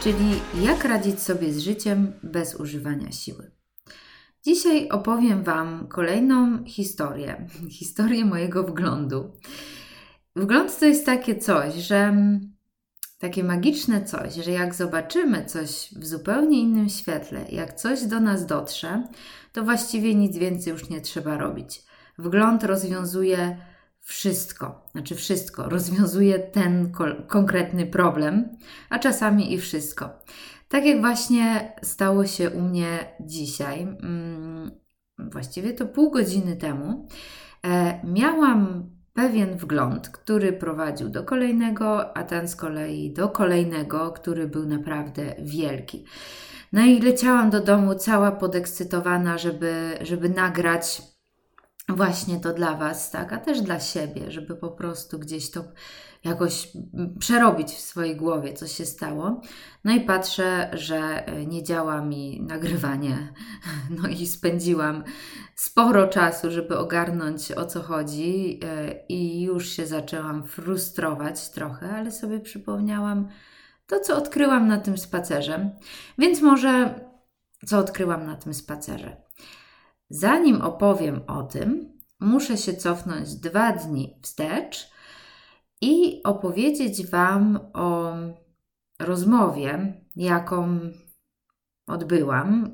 czyli jak radzić sobie z życiem bez używania siły. Dzisiaj opowiem Wam kolejną historię mojego wglądu. Wgląd to jest takie coś, takie magiczne coś, że jak zobaczymy coś w zupełnie innym świetle, jak coś do nas dotrze, to właściwie nic więcej już nie trzeba robić. Wgląd rozwiązuje wszystko, rozwiązuje ten konkretny problem, a czasami i wszystko. Tak jak właśnie stało się u mnie dzisiaj, właściwie to pół godziny temu, miałam pewien wgląd, który prowadził do kolejnego, a ten z kolei do kolejnego, który był naprawdę wielki. No i leciałam do domu cała podekscytowana, żeby nagrać właśnie to dla Was, tak, a też dla siebie, żeby po prostu gdzieś to jakoś przerobić w swojej głowie, co się stało. No i patrzę, że nie działa mi nagrywanie. No i spędziłam sporo czasu, żeby ogarnąć, o co chodzi, i już się zaczęłam frustrować trochę, ale sobie przypomniałam to, co odkryłam na tym spacerze. Więc może co odkryłam na tym spacerze. Zanim opowiem o tym, muszę się cofnąć 2 dni wstecz i opowiedzieć Wam o rozmowie, jaką odbyłam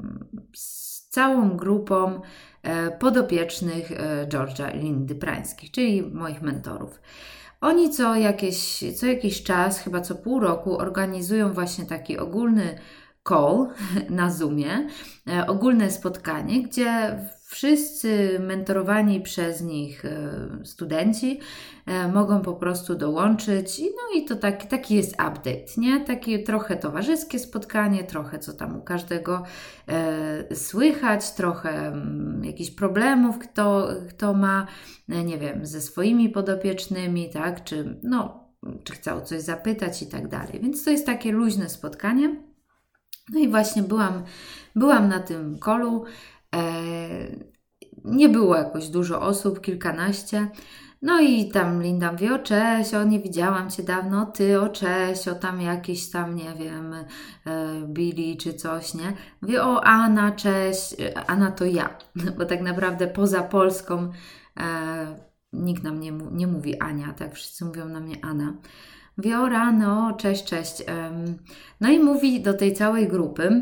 z całą grupą podopiecznych George'a i Lindy Prańskich, czyli moich mentorów. Oni co jakiś czas, chyba co pół roku, organizują właśnie taki ogólny call na Zoomie, ogólne spotkanie, gdzie wszyscy mentorowani przez nich studenci mogą po prostu dołączyć. No i to taki jest update, nie? Takie trochę towarzyskie spotkanie, trochę co tam u każdego słychać, trochę jakichś problemów, kto ma, nie wiem, ze swoimi podopiecznymi, tak? Czy chce o coś zapytać i tak dalej. Więc to jest takie luźne spotkanie. No i właśnie byłam na tym callu. Nie było jakoś dużo osób, kilkanaście. No i tam Linda mówi: o cześć, nie widziałam Cię dawno, ty, o cześć, tam jakiś tam, nie wiem, Billy czy coś, nie? Mówię: o Anna, cześć, Anna to ja, bo tak naprawdę poza Polską nikt nam nie mówi Ania, tak, wszyscy mówią na mnie Anna. Mówię: o rano, cześć. No i mówi do tej całej grupy: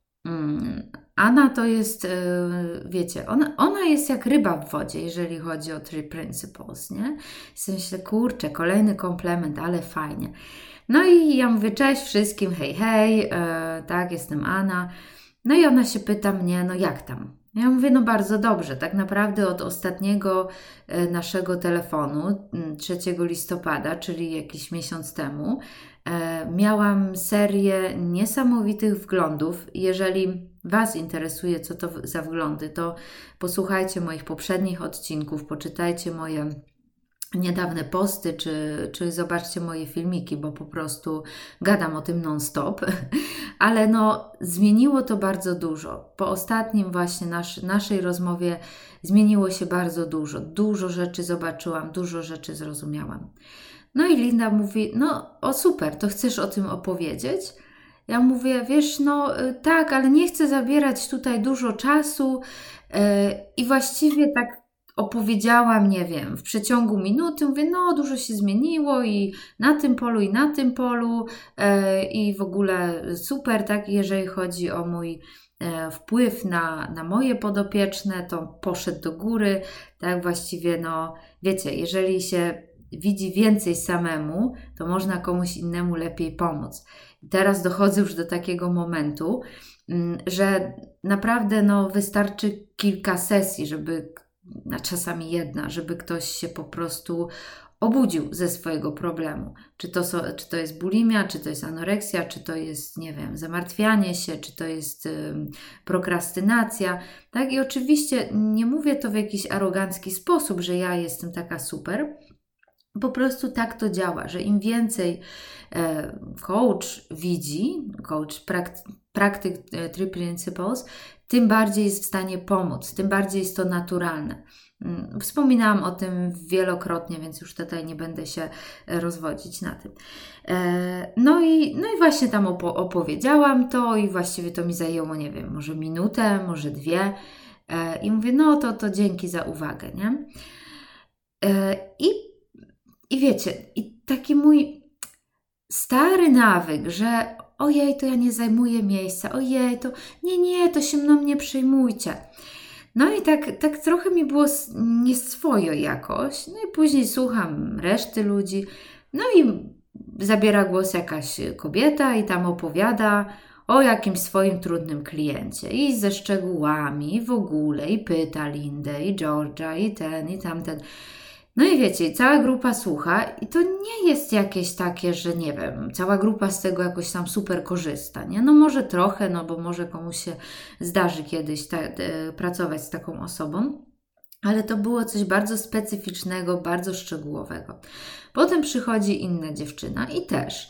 Anna to jest, wiecie, ona jest jak ryba w wodzie, jeżeli chodzi o Three Principles, nie? I myślę: kurczę, kolejny komplement, ale fajnie. No i ja mówię: cześć wszystkim, hej, tak, jestem Anna. No i ona się pyta mnie: no jak tam? Ja mówię: no bardzo dobrze. Tak naprawdę od ostatniego naszego telefonu, 3 listopada, czyli jakiś miesiąc temu, miałam serię niesamowitych wglądów. Jeżeli Was interesuje, co to za wglądy, to posłuchajcie moich poprzednich odcinków, poczytajcie moje niedawne posty, czy zobaczcie moje filmiki, bo po prostu gadam o tym non-stop. Ale zmieniło to bardzo dużo. Po ostatnim właśnie naszej rozmowie zmieniło się bardzo dużo. Dużo rzeczy zobaczyłam, dużo rzeczy zrozumiałam. No i Linda mówi: no super, to chcesz o tym opowiedzieć? Ja mówię: wiesz, tak, ale nie chcę zabierać tutaj dużo czasu i właściwie tak opowiedziałam, nie wiem, w przeciągu minuty. Mówię: dużo się zmieniło i na tym polu i w ogóle super, tak, jeżeli chodzi o mój wpływ na moje podopieczne, to poszedł do góry, tak, właściwie wiecie, jeżeli się widzi więcej samemu, to można komuś innemu lepiej pomóc. I teraz dochodzę już do takiego momentu, że naprawdę wystarczy kilka sesji, a czasami jedna, żeby ktoś się po prostu obudził ze swojego problemu. Czy to jest bulimia, czy to jest anoreksja, czy to jest, nie wiem, zamartwianie się, czy to jest prokrastynacja. Tak? I oczywiście nie mówię to w jakiś arogancki sposób, że ja jestem taka super. Po prostu tak to działa, że im więcej coach widzi, praktyk Three Principles, tym bardziej jest w stanie pomóc, tym bardziej jest to naturalne. Wspominałam o tym wielokrotnie, więc już tutaj nie będę się rozwodzić na tym. No i właśnie tam opowiedziałam to i właściwie to mi zajęło, nie wiem, może minutę, może 2. I mówię, no to dzięki za uwagę, nie? I wiecie, i taki mój stary nawyk, że ojej, to ja nie zajmuję miejsca, ojej, to nie, to się mną nie przejmujcie. No i tak trochę mi było nieswojo jakoś. No i później słucham reszty ludzi. No i zabiera głos jakaś kobieta i tam opowiada o jakimś swoim trudnym kliencie. I ze szczegółami, i w ogóle, i pyta Lindę, i George'a, i ten, i tamten. No i wiecie, cała grupa słucha i to nie jest jakieś takie, że nie wiem, cała grupa z tego jakoś tam super korzysta, nie? No może trochę, no bo może komuś się zdarzy kiedyś pracować z taką osobą, ale to było coś bardzo specyficznego, bardzo szczegółowego. Potem przychodzi inna dziewczyna i też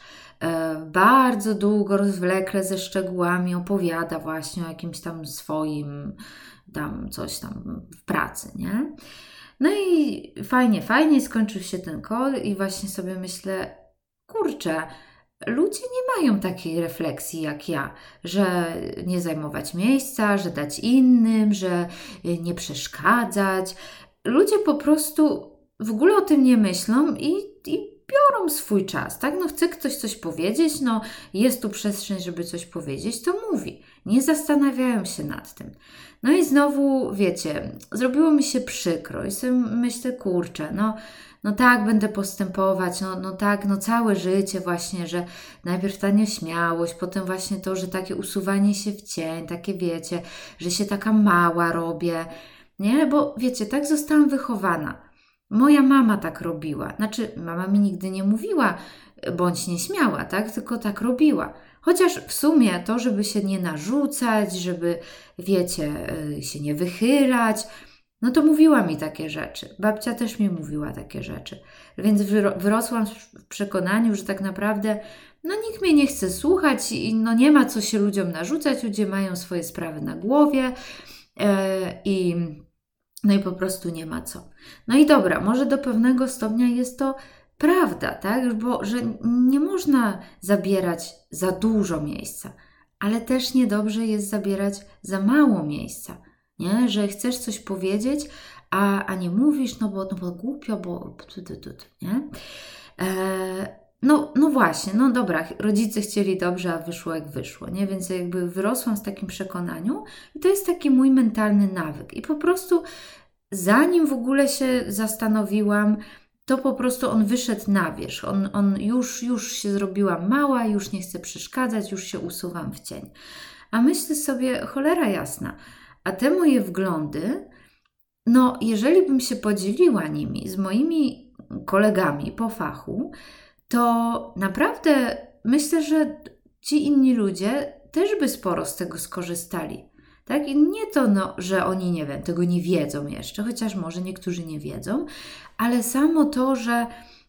bardzo długo, rozwlekle ze szczegółami opowiada właśnie o jakimś tam swoim, tam coś tam w pracy, nie? No i fajnie, skończył się ten call i właśnie sobie myślę, kurczę, ludzie nie mają takiej refleksji jak ja, że nie zajmować miejsca, że dać innym, że nie przeszkadzać. Ludzie po prostu w ogóle o tym nie myślą i biorą swój czas, tak? No chce ktoś coś powiedzieć, no jest tu przestrzeń, żeby coś powiedzieć, to mówi. Nie zastanawiają się nad tym. No i znowu, wiecie, zrobiło mi się przykro i sobie myślę, kurczę, no tak będę postępować, no tak, no całe życie właśnie, że najpierw ta nieśmiałość, potem właśnie to, że takie usuwanie się w cień, takie wiecie, że się taka mała robię, nie? Bo wiecie, tak zostałam wychowana. Moja mama tak robiła. Znaczy, mama mi nigdy nie mówiła, bądź nieśmiała, tak? Tylko tak robiła. Chociaż w sumie to, żeby się nie narzucać, żeby, wiecie, się nie wychylać, no to mówiła mi takie rzeczy. Babcia też mi mówiła takie rzeczy. Więc wyrosłam w przekonaniu, że tak naprawdę no nikt mnie nie chce słuchać i no nie ma co się ludziom narzucać. Ludzie mają swoje sprawy na głowie no i po prostu nie ma co. No i dobra, może do pewnego stopnia jest to prawda, tak? Bo że nie można zabierać za dużo miejsca, ale też niedobrze jest zabierać za mało miejsca, nie? Że chcesz coś powiedzieć, a nie mówisz, no bo głupio, nie? No właśnie, no dobra, rodzice chcieli dobrze, a wyszło jak wyszło, nie? Więc jakby wyrosłam z takim przekonaniu i to jest taki mój mentalny nawyk. I po prostu zanim w ogóle się zastanowiłam, to po prostu on wyszedł na wierzch. On już się zrobiłam mała, już nie chcę przeszkadzać, już się usuwam w cień. A myślę sobie, cholera jasna, a te moje wglądy, no jeżeli bym się podzieliła nimi z moimi kolegami po fachu, to naprawdę myślę, że ci inni ludzie też by sporo z tego skorzystali. Tak? I nie to, że oni, nie wiem, tego nie wiedzą jeszcze, chociaż może niektórzy nie wiedzą, ale samo to, że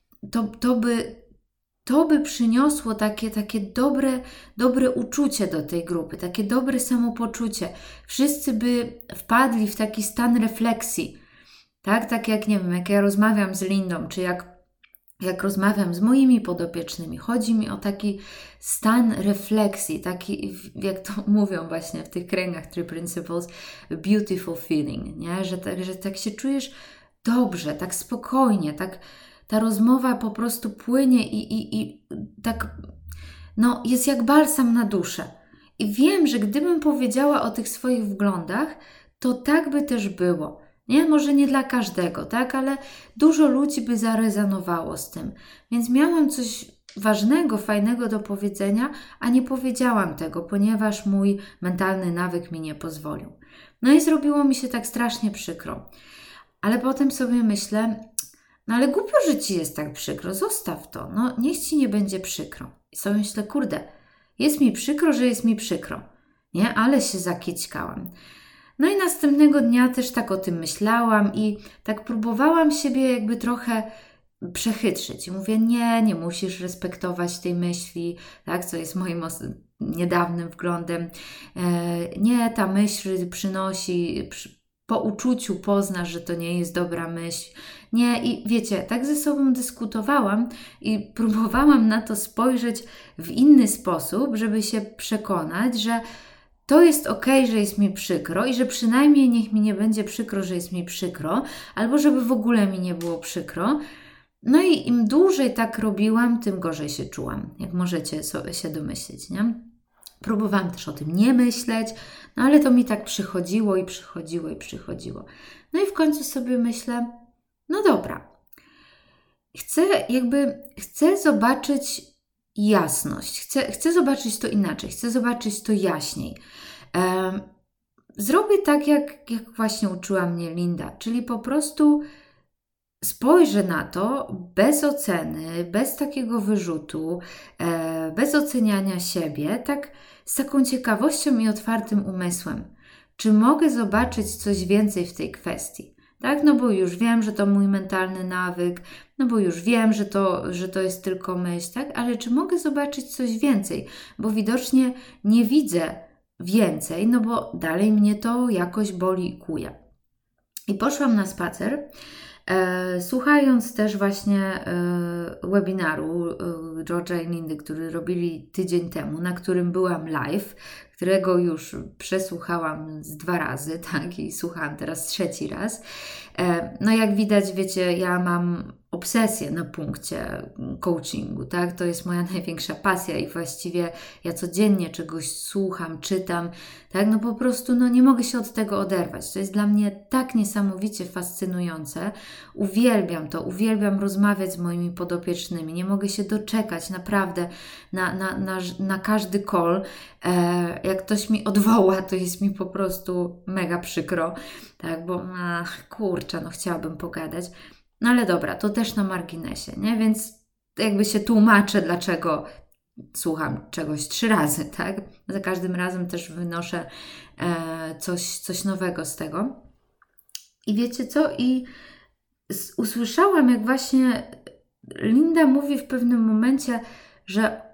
to by przyniosło takie dobre uczucie do tej grupy, takie dobre samopoczucie. Wszyscy by wpadli w taki stan refleksji. Tak jak, nie wiem, jak ja rozmawiam z Lindą, czy jak rozmawiam z moimi podopiecznymi, chodzi mi o taki stan refleksji, taki, jak to mówią właśnie w tych kręgach Three Principles, beautiful feeling, nie? Że tak się czujesz dobrze, tak spokojnie, tak ta rozmowa po prostu płynie i tak, no jest jak balsam na duszę. I wiem, że gdybym powiedziała o tych swoich wglądach, to tak by też było. Nie? Może nie dla każdego, tak? Ale dużo ludzi by zarezonowało z tym. Więc miałam coś ważnego, fajnego do powiedzenia, a nie powiedziałam tego, ponieważ mój mentalny nawyk mi nie pozwolił. No i zrobiło mi się tak strasznie przykro. Ale potem sobie myślę, no ale głupio, że Ci jest tak przykro, zostaw to, no niech Ci nie będzie przykro. I sobie myślę, kurde, jest mi przykro, że jest mi przykro, nie? Ale się zakiećkałam. No i następnego dnia też tak o tym myślałam i tak próbowałam siebie jakby trochę przechytrzyć. I mówię, nie musisz respektować tej myśli, tak, co jest moim niedawnym wglądem. Nie, ta myśl przynosi po uczuciu poznasz, że to nie jest dobra myśl. Nie, i wiecie, tak ze sobą dyskutowałam i próbowałam na to spojrzeć w inny sposób, żeby się przekonać, że to jest okej, że jest mi przykro i że przynajmniej niech mi nie będzie przykro, że jest mi przykro, albo żeby w ogóle mi nie było przykro. No i im dłużej tak robiłam, tym gorzej się czułam, jak możecie się domyśleć, nie? Próbowałam też o tym nie myśleć, no ale to mi tak przychodziło i przychodziło i przychodziło. No i w końcu sobie myślę, no dobra, chcę zobaczyć jasność, chcę zobaczyć to inaczej, chcę zobaczyć to jaśniej. Zrobię tak, jak właśnie uczyła mnie Linda, czyli po prostu spojrzę na to bez oceny, bez takiego wyrzutu, bez oceniania siebie, tak z taką ciekawością i otwartym umysłem. Czy mogę zobaczyć coś więcej w tej kwestii? Tak? No bo już wiem, że to mój mentalny nawyk, no bo już wiem, że to jest tylko myśl, tak? Ale czy mogę zobaczyć coś więcej? Bo widocznie nie widzę więcej, no bo dalej mnie to jakoś boli i kuje. I poszłam na spacer, słuchając też właśnie webinaru George'a i Lindy, który robili tydzień temu, na którym byłam live, którego już przesłuchałam z 2 razy, tak, i słuchałam teraz 3. raz. No jak widać, wiecie, ja mam obsesję na punkcie coachingu, tak, to jest moja największa pasja i właściwie ja codziennie czegoś słucham, czytam, tak, no po prostu no nie mogę się od tego oderwać. To jest dla mnie tak niesamowicie fascynujące. Uwielbiam to, uwielbiam rozmawiać z moimi podopiecznymi. Nie mogę się doczekać naprawdę na każdy call. Jak ktoś mi odwoła, to jest mi po prostu mega przykro, tak, bo kurczę, no chciałabym pogadać. No ale dobra, to też na marginesie, nie? Więc jakby się tłumaczę, dlaczego słucham czegoś 3 razy, tak? Za każdym razem też wynoszę coś nowego z tego. I wiecie co? I usłyszałam, jak właśnie Linda mówi w pewnym momencie, że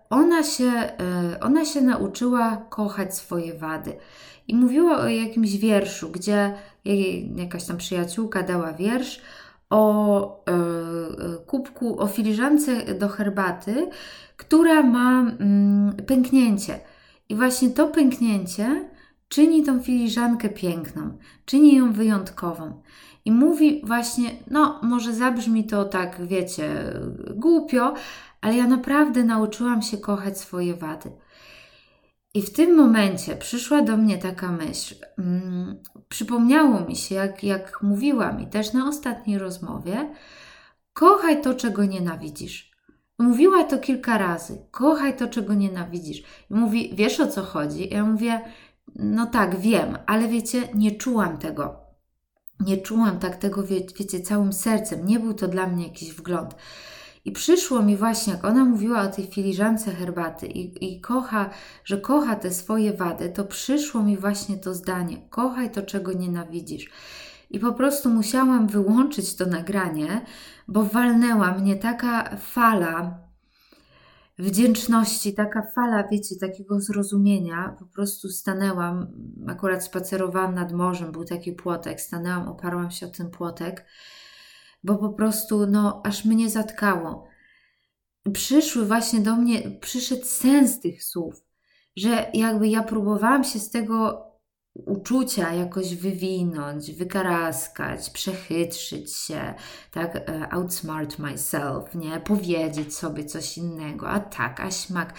ona się nauczyła kochać swoje wady. I mówiła o jakimś wierszu, gdzie jej jakaś tam przyjaciółka dała wiersz o kubku, o filiżance do herbaty, która ma pęknięcie. I właśnie to pęknięcie czyni tą filiżankę piękną, czyni ją wyjątkową. I mówi właśnie, no może zabrzmi to tak, wiecie, głupio, ale ja naprawdę nauczyłam się kochać swoje wady. I w tym momencie przyszła do mnie taka myśl. Przypomniało mi się, jak mówiłam i też na ostatniej rozmowie, kochaj to, czego nienawidzisz. Mówiła to kilka razy. Kochaj to, czego nienawidzisz. I mówi, wiesz o co chodzi? Ja mówię, no tak, wiem, ale wiecie, nie czułam tego. Nie czułam tak tego, wiecie, całym sercem. Nie był to dla mnie jakiś wgląd. I przyszło mi właśnie, jak ona mówiła o tej filiżance herbaty i że kocha te swoje wady, to przyszło mi właśnie to zdanie, kochaj to, czego nienawidzisz. I po prostu musiałam wyłączyć to nagranie, bo walnęła mnie taka fala wdzięczności, taka fala, wiecie, takiego zrozumienia. Po prostu stanęłam, akurat spacerowałam nad morzem, był taki płotek, stanęłam, oparłam się o ten płotek, bo po prostu, no, aż mnie zatkało. Przyszły właśnie do mnie, przyszedł sens tych słów, że jakby ja próbowałam się z tego uczucia jakoś wywinąć, wykaraskać, przechytrzyć się, tak, outsmart myself, nie, powiedzieć sobie coś innego, a tak, a śmak.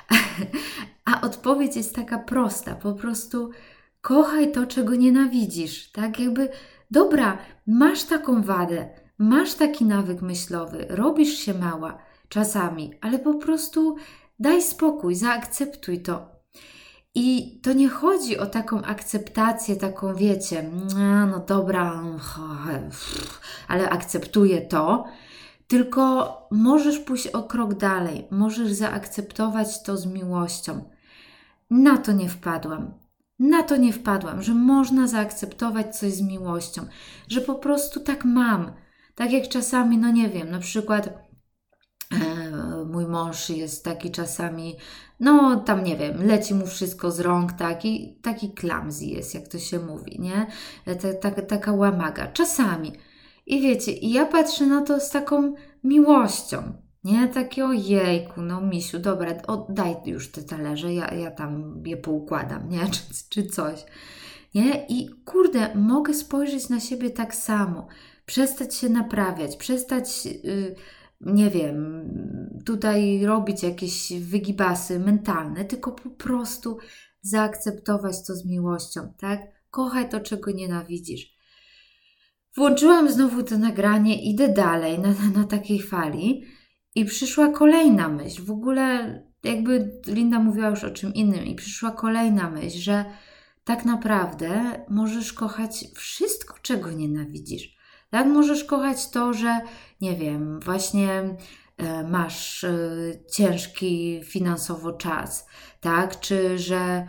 A odpowiedź jest taka prosta, po prostu kochaj to, czego nienawidzisz, tak, jakby, dobra, masz taką wadę, masz taki nawyk myślowy, robisz się mała czasami, ale po prostu daj spokój, zaakceptuj to. I to nie chodzi o taką akceptację, taką wiecie, no dobra, ale akceptuję to, tylko możesz pójść o krok dalej, możesz zaakceptować to z miłością. Na to nie wpadłam, że można zaakceptować coś z miłością, że po prostu tak mam. Tak jak czasami, no nie wiem, na przykład mój mąż jest taki czasami, no tam nie wiem, leci mu wszystko z rąk, taki clumsy jest, jak to się mówi, nie? Taka łamaga, czasami. I wiecie, i ja patrzę na to z taką miłością, nie? Takie ojejku, no misiu, dobra, daj już te talerze, ja tam je poukładam, nie? Czy coś, nie? I kurde, mogę spojrzeć na siebie tak samo, przestać się naprawiać, przestać, nie wiem, tutaj robić jakieś wygibasy mentalne, tylko po prostu zaakceptować to z miłością, tak? Kochaj to, czego nienawidzisz. Włączyłam znowu to nagranie, idę dalej na takiej fali i przyszła kolejna myśl. W ogóle jakby Linda mówiła już o czym innym i przyszła kolejna myśl, że tak naprawdę możesz kochać wszystko, czego nienawidzisz. Tak? Możesz kochać to, że nie wiem, właśnie masz ciężki finansowo czas, tak? Czy że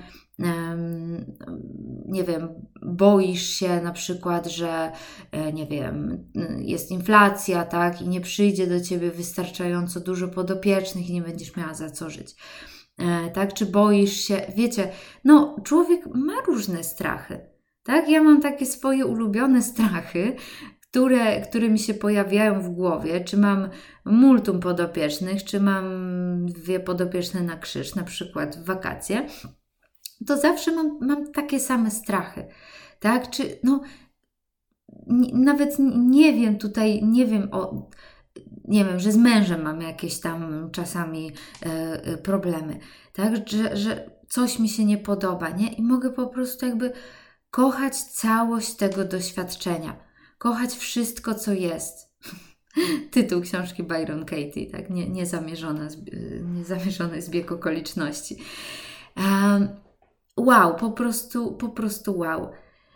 nie wiem, boisz się na przykład, że nie wiem, jest inflacja, tak, i nie przyjdzie do Ciebie wystarczająco dużo podopiecznych i nie będziesz miała za co żyć. Tak, czy boisz się, wiecie, no człowiek ma różne strachy, tak, ja mam takie swoje ulubione strachy, które mi się pojawiają w głowie, czy mam multum podopiecznych, czy mam 2 podopieczne na krzyż, na przykład w wakacje, to zawsze mam takie same strachy, tak? Czy no nawet nie wiem tutaj, nie wiem, że z mężem mam jakieś tam czasami problemy, tak? Że coś mi się nie podoba, nie? I mogę po prostu jakby kochać całość tego doświadczenia, kochać wszystko, co jest. Tytuł książki Byron Katie, tak? Niezamierzony zbieg okoliczności. Wow, po prostu wow.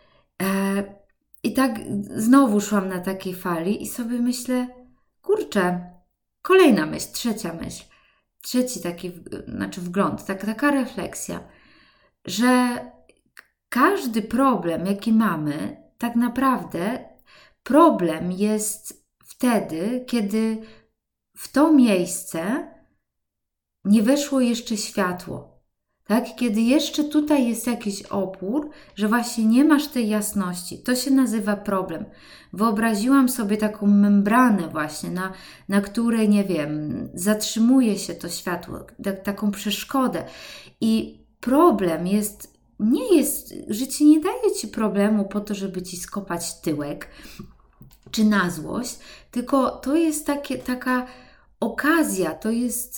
I tak znowu szłam na takiej fali i sobie myślę, kurczę, kolejna myśl, trzecia myśl, trzeci taki, wgląd, taka refleksja, że każdy problem, jaki mamy, tak naprawdę problem jest wtedy, kiedy w to miejsce nie weszło jeszcze światło. Tak? Kiedy jeszcze tutaj jest jakiś opór, że właśnie nie masz tej jasności, to się nazywa problem. Wyobraziłam sobie taką membranę właśnie, na której, nie wiem, zatrzymuje się to światło, taką przeszkodę. I problem życie nie daje Ci problemu po to, żeby Ci skopać tyłek, czy na złość, tylko to jest taka okazja, to jest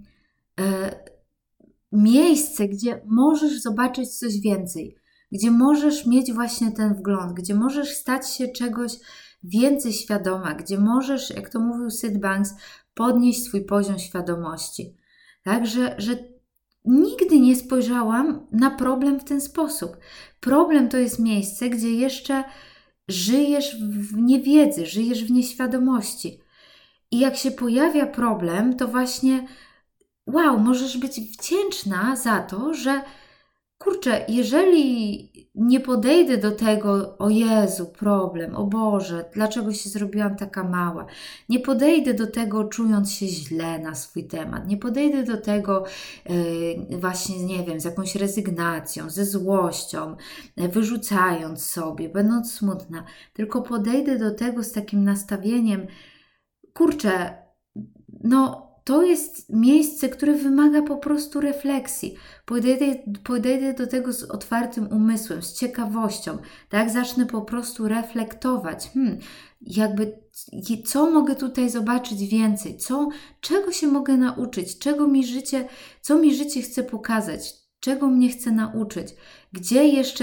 miejsce, gdzie możesz zobaczyć coś więcej, gdzie możesz mieć właśnie ten wgląd, gdzie możesz stać się czegoś więcej świadoma, gdzie możesz, jak to mówił Syd Banks, podnieść swój poziom świadomości. Tak, że nigdy nie spojrzałam na problem w ten sposób. Problem to jest miejsce, gdzie jeszcze żyjesz w niewiedzy, żyjesz w nieświadomości. I jak się pojawia problem, to właśnie wow, możesz być wdzięczna za to, że kurczę, jeżeli nie podejdę do tego, o Jezu, problem, o Boże, dlaczego się zrobiłam taka mała, nie podejdę do tego czując się źle na swój temat, nie podejdę do tego właśnie, nie wiem, z jakąś rezygnacją, ze złością, wyrzucając sobie, będąc smutna, tylko podejdę do tego z takim nastawieniem, kurczę, no to jest miejsce, które wymaga po prostu refleksji. Podejdę do tego z otwartym umysłem, z ciekawością, tak? Zacznę po prostu reflektować. Co mogę tutaj zobaczyć więcej? Czego się mogę nauczyć? Co mi życie chce pokazać? Czego mnie chce nauczyć? Gdzie jeszcze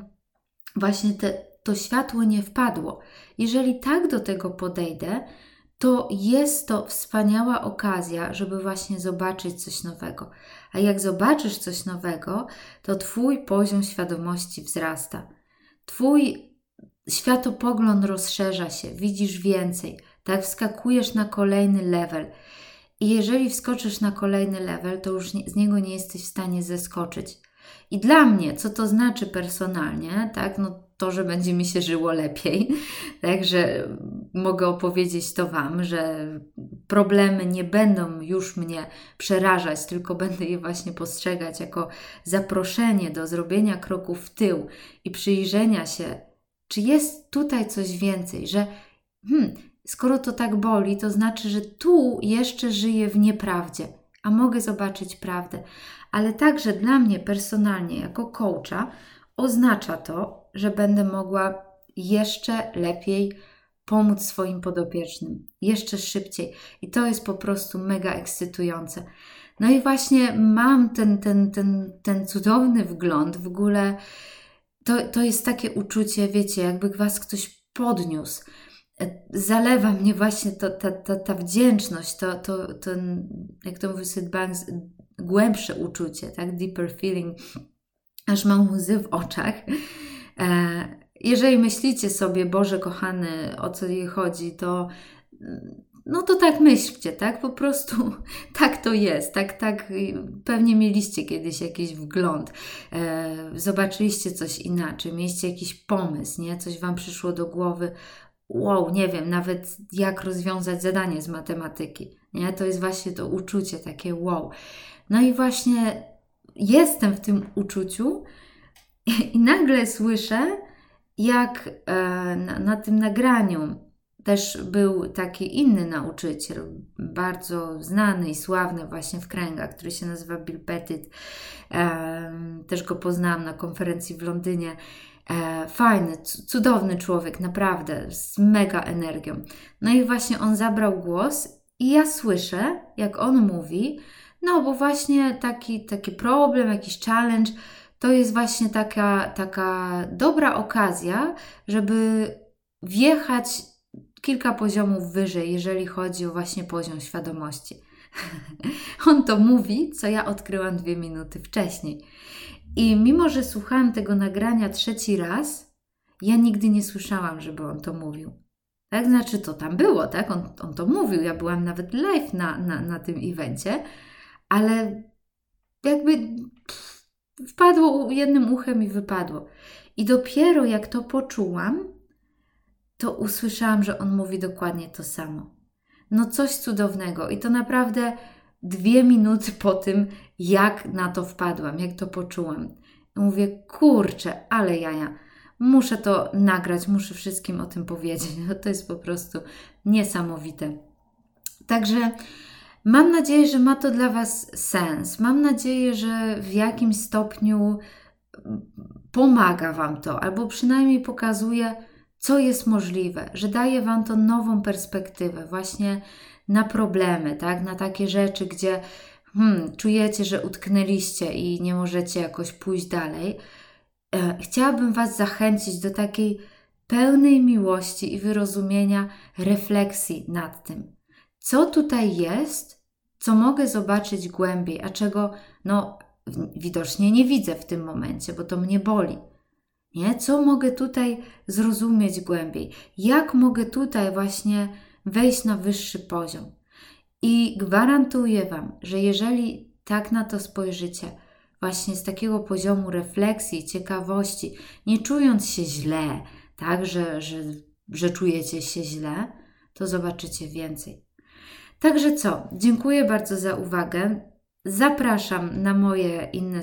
to światło nie wpadło? Jeżeli tak do tego podejdę, to jest to wspaniała okazja, żeby właśnie zobaczyć coś nowego. A jak zobaczysz coś nowego, to Twój poziom świadomości wzrasta. Twój światopogląd rozszerza się, widzisz więcej, tak? Wskakujesz na kolejny level. I jeżeli wskoczysz na kolejny level, to już z niego nie jesteś w stanie zeskoczyć. I dla mnie, co to znaczy personalnie, tak? No to, że będzie mi się żyło lepiej. Także mogę opowiedzieć to Wam, że problemy nie będą już mnie przerażać, tylko będę je właśnie postrzegać jako zaproszenie do zrobienia kroku w tył i przyjrzenia się, czy jest tutaj coś więcej, że skoro to tak boli, to znaczy, że tu jeszcze żyję w nieprawdzie, a mogę zobaczyć prawdę. Ale także dla mnie personalnie, jako coacha, oznacza to, że będę mogła jeszcze lepiej pomóc swoim podopiecznym, jeszcze szybciej. I to jest po prostu mega ekscytujące. No i właśnie mam ten cudowny wgląd. W ogóle to jest takie uczucie, wiecie, jakby Was ktoś podniósł. Zalewa mnie właśnie ta wdzięczność, jak to mówi Syd Banks, głębsze uczucie, tak? Deeper feeling, aż mam łzy w oczach. Jeżeli myślicie sobie, Boże kochany, o co jej chodzi, to no to tak myślcie, tak? Po prostu tak to jest, tak pewnie mieliście kiedyś jakiś wgląd, zobaczyliście coś inaczej, mieliście jakiś pomysł, nie? Coś Wam przyszło do głowy, wow, nie wiem, nawet jak rozwiązać zadanie z matematyki, nie? To jest właśnie to uczucie, takie wow. No i właśnie jestem w tym uczuciu i nagle słyszę, jak na tym nagraniu też był taki inny nauczyciel, bardzo znany i sławny właśnie w kręgach, który się nazywa Bill Pettit. Też go poznałam na konferencji w Londynie. Fajny, cudowny człowiek, naprawdę, z mega energią. No i właśnie on zabrał głos i ja słyszę, jak on mówi, no bo właśnie taki problem, jakiś challenge, to jest właśnie taka dobra okazja, żeby wjechać kilka poziomów wyżej, jeżeli chodzi o właśnie poziom świadomości. On to mówi, co ja odkryłam 2 minuty wcześniej. I mimo, że słuchałam tego nagrania 3. raz, ja nigdy nie słyszałam, żeby on to mówił. Tak, znaczy to tam było, tak? On to mówił, ja byłam nawet live na tym evencie, ale jakby wpadło jednym uchem i wypadło. I dopiero jak to poczułam, to usłyszałam, że on mówi dokładnie to samo. No coś cudownego. I to naprawdę 2 minuty po tym, jak na to wpadłam, jak to poczułam. Mówię, kurczę, ale jaja. Muszę to nagrać, muszę wszystkim o tym powiedzieć. No to jest po prostu niesamowite. Także mam nadzieję, że ma to dla Was sens. Mam nadzieję, że w jakimś stopniu pomaga Wam to, albo przynajmniej pokazuje, co jest możliwe, że daje Wam to nową perspektywę właśnie na problemy, tak? Na takie rzeczy, gdzie czujecie, że utknęliście i nie możecie jakoś pójść dalej. Chciałabym Was zachęcić do takiej pełnej miłości i wyrozumienia, refleksji nad tym. Co tutaj jest, co mogę zobaczyć głębiej, a czego widocznie nie widzę w tym momencie, bo to mnie boli. Nie? Co mogę tutaj zrozumieć głębiej? Jak mogę tutaj właśnie wejść na wyższy poziom? I gwarantuję Wam, że jeżeli tak na to spojrzycie, właśnie z takiego poziomu refleksji, ciekawości, nie czując się źle, tak, że czujecie się źle, to zobaczycie więcej. Także co? Dziękuję bardzo za uwagę. Zapraszam na moje inne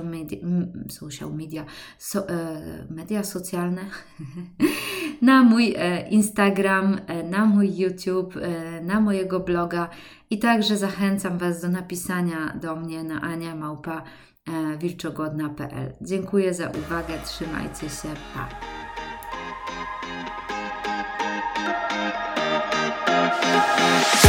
media socjalne, na mój Instagram, na mój YouTube, na mojego bloga i także zachęcam Was do napisania do mnie na ania@wilczogodna.pl. Dziękuję za uwagę, trzymajcie się, pa!